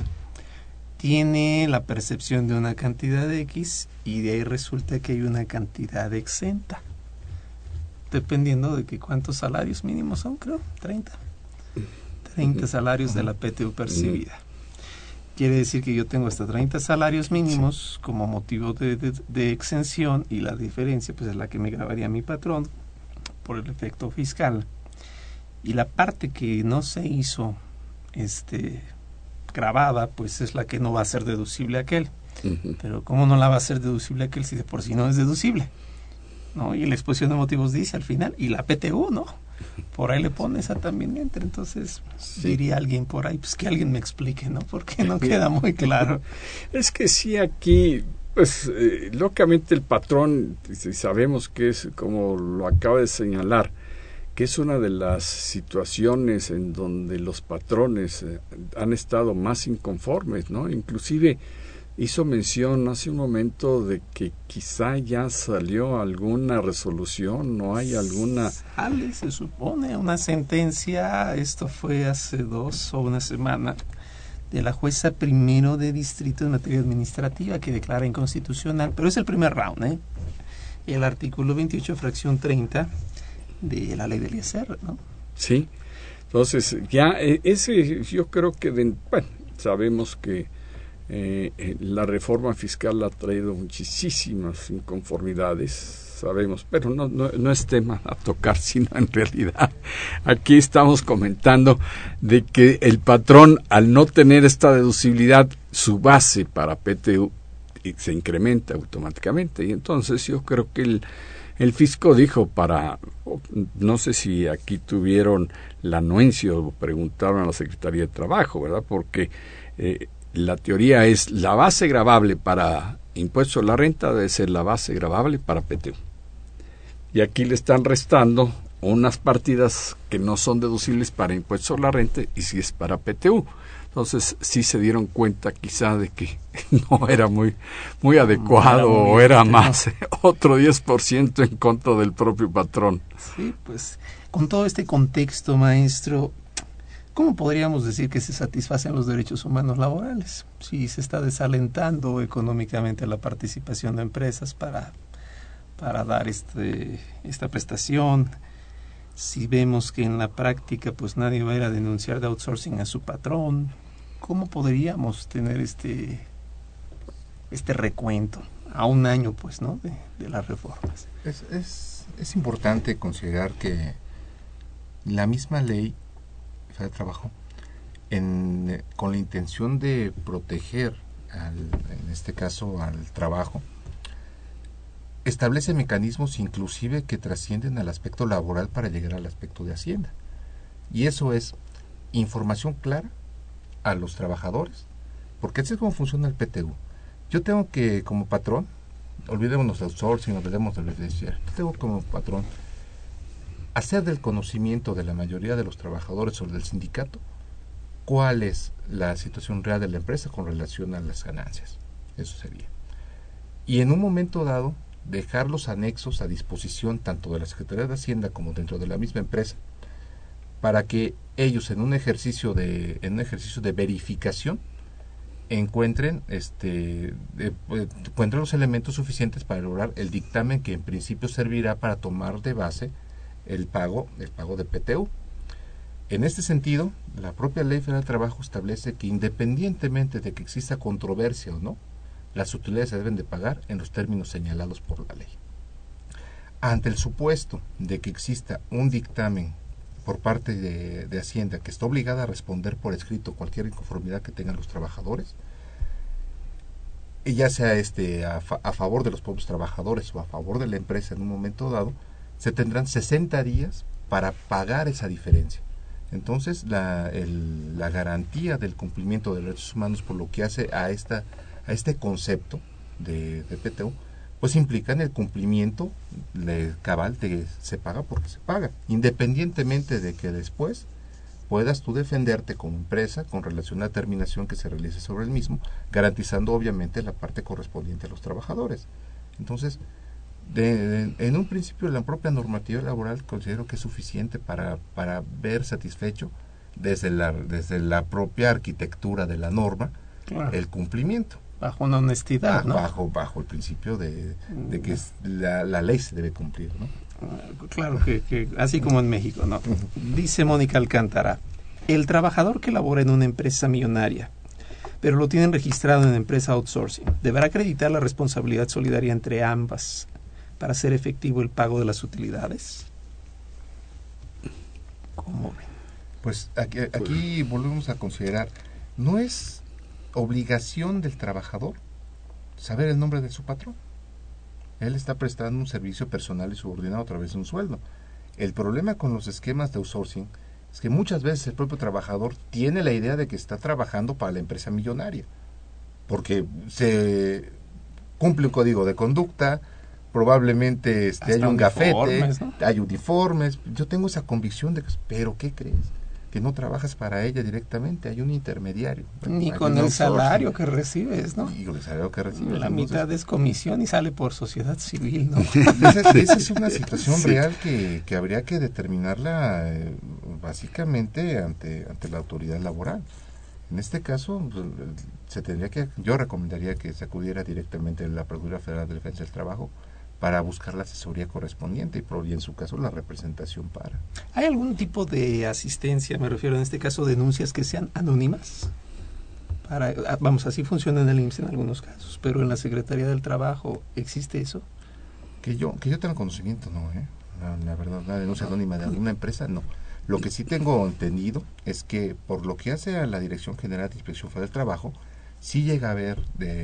tiene la percepción de una cantidad X y de ahí resulta que hay una cantidad exenta, dependiendo de cuántos salarios mínimos son, creo, 30 salarios de la PTU percibida. Quiere decir que yo tengo hasta 30 salarios mínimos como motivo de exención, y la diferencia es la que me grabaría mi patrón por el efecto fiscal. y la parte que no se hizo grabada, pues es la que no va a ser deducible aquel. Pero ¿cómo no la va a ser deducible aquel si de por sí no es deducible? ¿No? Y la exposición de motivos dice al final, y la PTU, ¿no? Por ahí le pone, esa también entra. Entonces diría alguien por ahí, pues que alguien me explique, ¿no? Porque no queda muy claro. Es que sí, aquí, pues, lógicamente el patrón, sabemos que es, como lo acaba de señalar, que es una de las situaciones en donde los patrones han estado más inconformes, ¿no? Inclusive hizo mención hace un momento de que quizá ya salió alguna resolución, no hay alguna... Sale, se supone, una sentencia, esto fue hace 2 o una semana, de la jueza primero de distrito en materia administrativa que declara inconstitucional, pero es el primer round, ¿eh? El artículo 28, fracción 30 de la ley del ISR, ¿no? Sí, entonces ya ese yo creo que, bueno, sabemos que la reforma fiscal ha traído muchísimas inconformidades, sabemos, pero no es tema a tocar, sino en realidad aquí estamos comentando de que el patrón, al no tener esta deducibilidad, su base para PTU se incrementa automáticamente, y entonces yo creo que el fisco dijo no sé si aquí tuvieron la anuencia o preguntaron a la Secretaría de Trabajo, ¿verdad? Porque la teoría es la base gravable para impuesto a la renta debe ser la base gravable para PTU. Y aquí le están restando unas partidas que no son deducibles para impuesto a la renta y sí es para PTU. Entonces sí se dieron cuenta quizá de que no era muy adecuado o era más otro 10% en contra del propio patrón. Sí, pues con todo este contexto, maestro, ¿cómo podríamos decir que se satisfacen los derechos humanos laborales? Si se está desalentando económicamente la participación de empresas para dar esta prestación, si vemos que en la práctica pues nadie va a ir a denunciar de outsourcing a su patrón, ¿cómo podríamos tener este recuento a un año pues, ¿no? de las reformas? Es importante considerar que la misma ley de trabajo, con la intención de proteger en este caso al trabajo, establece mecanismos inclusive que trascienden al aspecto laboral para llegar al aspecto de Hacienda, y eso es información clara a los trabajadores, porque así es como funciona el PTU. Yo tengo que, como patrón, olvidémonos del outsourcing, olvidémonos del beneficiario, yo tengo como patrón hacer del conocimiento de la mayoría de los trabajadores o del sindicato cuál es la situación real de la empresa con relación a las ganancias. Eso sería. Y en un momento dado, dejar los anexos a disposición tanto de la Secretaría de Hacienda como dentro de la misma empresa, para que ellos en un ejercicio de verificación encuentren los elementos suficientes para lograr el dictamen que en principio servirá para tomar de base el pago de PTU. En este sentido, la propia Ley Federal del Trabajo establece que independientemente de que exista controversia o no, las utilidades se deben de pagar en los términos señalados por la ley. Ante el supuesto de que exista un dictamen por parte de Hacienda que está obligada a responder por escrito cualquier inconformidad que tengan los trabajadores, y ya sea a favor de los propios trabajadores o a favor de la empresa en un momento dado, se tendrán 60 días para pagar esa diferencia. Entonces, la garantía del cumplimiento de derechos humanos, por lo que hace a este concepto de PTU, pues implica en el cumplimiento cabal de que se paga porque se paga, independientemente de que después puedas tú defenderte como empresa con relación a la terminación que se realice sobre el mismo, garantizando obviamente la parte correspondiente a los trabajadores. Entonces, en un principio la propia normativa laboral considero que es suficiente para ver satisfecho desde la propia arquitectura de la norma, claro, el cumplimiento. Bajo una honestidad, ¿no? Bajo el principio de que la ley se debe cumplir, ¿no? Claro, que así como en México, ¿no? Dice Mónica Alcántara, el trabajador que labora en una empresa millonaria, pero lo tienen registrado en empresa outsourcing, ¿deberá acreditar la responsabilidad solidaria entre ambas para hacer efectivo el pago de las utilidades? ¿Cómo ven? Pues aquí volvemos a considerar, no es obligación del trabajador saber el nombre de su patrón. Él está prestando un servicio personal y subordinado a través de un sueldo. El problema con los esquemas de outsourcing es que muchas veces el propio trabajador tiene la idea de que está trabajando para la empresa millonaria, porque se cumple un código de conducta, probablemente hay un gafete, ¿no? Hay uniformes. Yo tengo esa convicción de que, pero ¿qué crees? Que no trabajas para ella directamente, hay un intermediario. Ni con el salario que recibes, ¿no? Ni con el salario que recibes. La mitad es comisión y sale por sociedad civil, ¿no? Esa es una situación real que habría que determinarla básicamente ante la autoridad laboral. En este caso, pues, yo recomendaría que se acudiera directamente a la Procuraduría Federal de Defensa del Trabajo para buscar la asesoría correspondiente y en su caso la representación para. ¿Hay algún tipo de asistencia, me refiero en este caso, denuncias que sean anónimas? Vamos, así funciona en el IMSS en algunos casos, pero en la Secretaría del Trabajo, ¿existe eso? Que yo tenga conocimiento, no, la verdad, la denuncia anónima de alguna empresa, no. Lo que sí tengo entendido es que por lo que hace a la Dirección General de Inspección Federal del Trabajo, sí llega a haber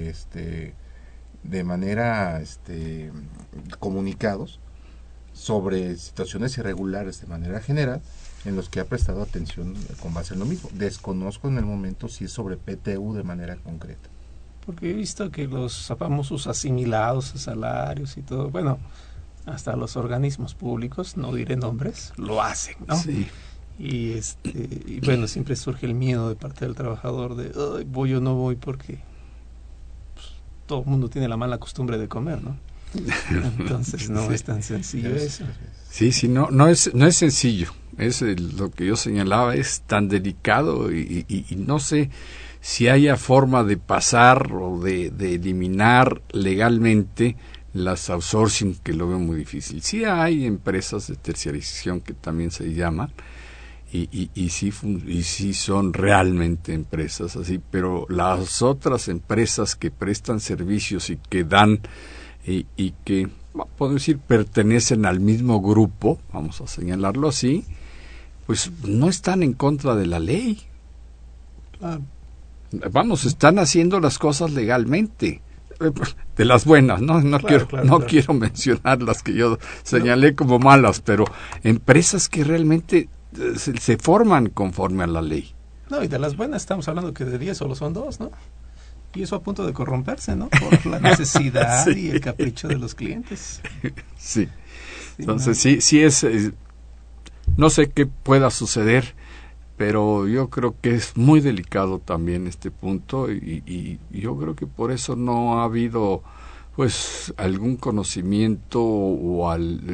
de manera comunicados sobre situaciones irregulares de manera general en los que ha prestado atención con base en lo mismo. Desconozco en el momento si es sobre PTU de manera concreta. Porque he visto que los famosos asimilados a salarios y todo, bueno, hasta los organismos públicos, no diré nombres, lo hacen, ¿no? Sí. Y bueno, siempre surge el miedo de parte del trabajador de, voy o no voy, porque todo el mundo tiene la mala costumbre de comer, ¿no? Entonces no es tan sencillo eso. Sí, no es sencillo. Es lo que yo señalaba, es tan delicado y no sé si haya forma de pasar o de eliminar legalmente las outsourcing, que lo veo muy difícil. Sí hay empresas de terciarización que también se llaman y sí son realmente empresas así, pero las otras empresas que prestan servicios y que dan y que, puedo decir, pertenecen al mismo grupo, vamos a señalarlo así, pues no están en contra de la ley. Claro. Vamos, están haciendo las cosas legalmente. De las buenas, no quiero mencionar las que yo señalé como malas, pero empresas que realmente se forman conforme a la ley. No, y de las buenas estamos hablando que de 10 solo son 2, ¿no? Y eso a punto de corromperse, ¿no? Por la necesidad sí. Y el capricho de los clientes. Sí. Entonces sí es, no sé qué pueda suceder, pero yo creo que es muy delicado también este punto y yo creo que por eso no ha habido pues algún conocimiento o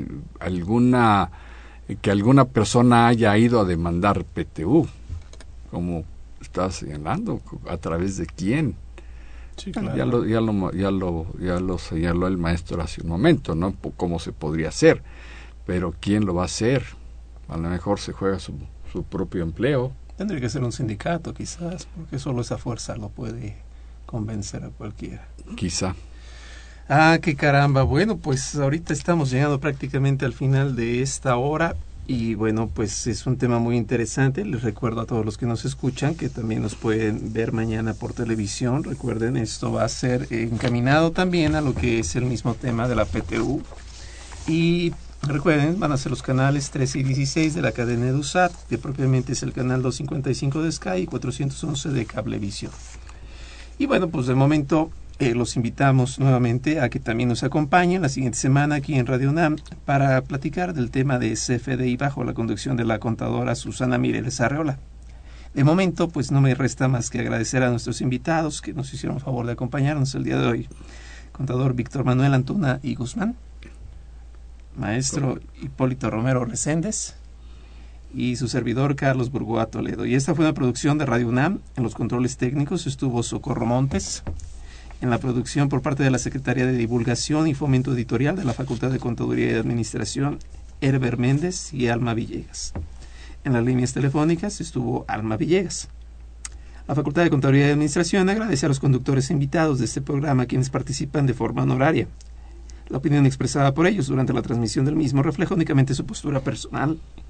que alguna persona haya ido a demandar PTU, como está señalando, a través de quién. Sí, claro. Ya lo señaló el maestro hace un momento, ¿no? Cómo se podría hacer, pero quién lo va a hacer. A lo mejor se juega su propio empleo. Tendría que ser un sindicato quizás, porque solo esa fuerza lo puede convencer a cualquiera. Quizá. Qué caramba. Bueno, pues ahorita estamos llegando prácticamente al final de esta hora y bueno, pues es un tema muy interesante. Les recuerdo a todos los que nos escuchan que también nos pueden ver mañana por televisión. Recuerden, esto va a ser encaminado también a lo que es el mismo tema de la PTU y recuerden, van a ser los canales 13 y 16 de la cadena EduSat, que propiamente es el canal 255 de Sky y 411 de Cablevisión. Y bueno, pues de momento los invitamos nuevamente a que también nos acompañen la siguiente semana aquí en Radio UNAM para platicar del tema de CFDI bajo la conducción de la contadora Susana Mireles Arreola. De momento, pues no me resta más que agradecer a nuestros invitados que nos hicieron favor de acompañarnos el día de hoy. Contador Víctor Manuel Antuna y Guzmán, maestro Hipólito Romero Reséndez y su servidor Carlos Burgoa Toledo. Y esta fue una producción de Radio UNAM. En los controles técnicos estuvo Socorro Montes. En la producción por parte de la Secretaría de Divulgación y Fomento Editorial de la Facultad de Contaduría y Administración, Herber Méndez y Alma Villegas. En las líneas telefónicas estuvo Alma Villegas. La Facultad de Contaduría y Administración agradece a los conductores invitados de este programa quienes participan de forma honoraria. La opinión expresada por ellos durante la transmisión del mismo refleja únicamente su postura personal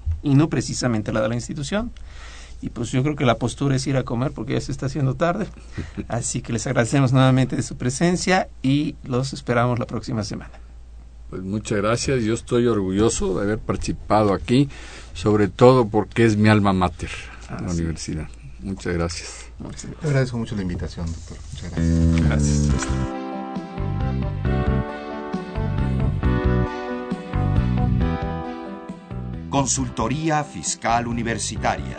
y no precisamente la de la institución. Y pues yo creo que la postura es ir a comer porque ya se está haciendo tarde. Así que les agradecemos nuevamente de su presencia y los esperamos la próxima semana. Pues muchas gracias. Yo estoy orgulloso de haber participado aquí, sobre todo porque es mi alma mater, la universidad. Muchas gracias. Le agradezco mucho la invitación, doctor. Muchas gracias. Gracias. Consultoría Fiscal Universitaria.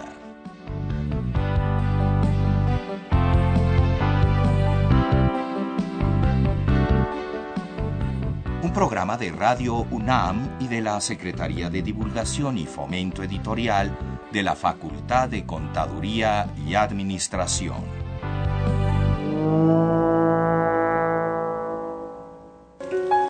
Un programa de Radio UNAM y de la Secretaría de Divulgación y Fomento Editorial de la Facultad de Contaduría y Administración.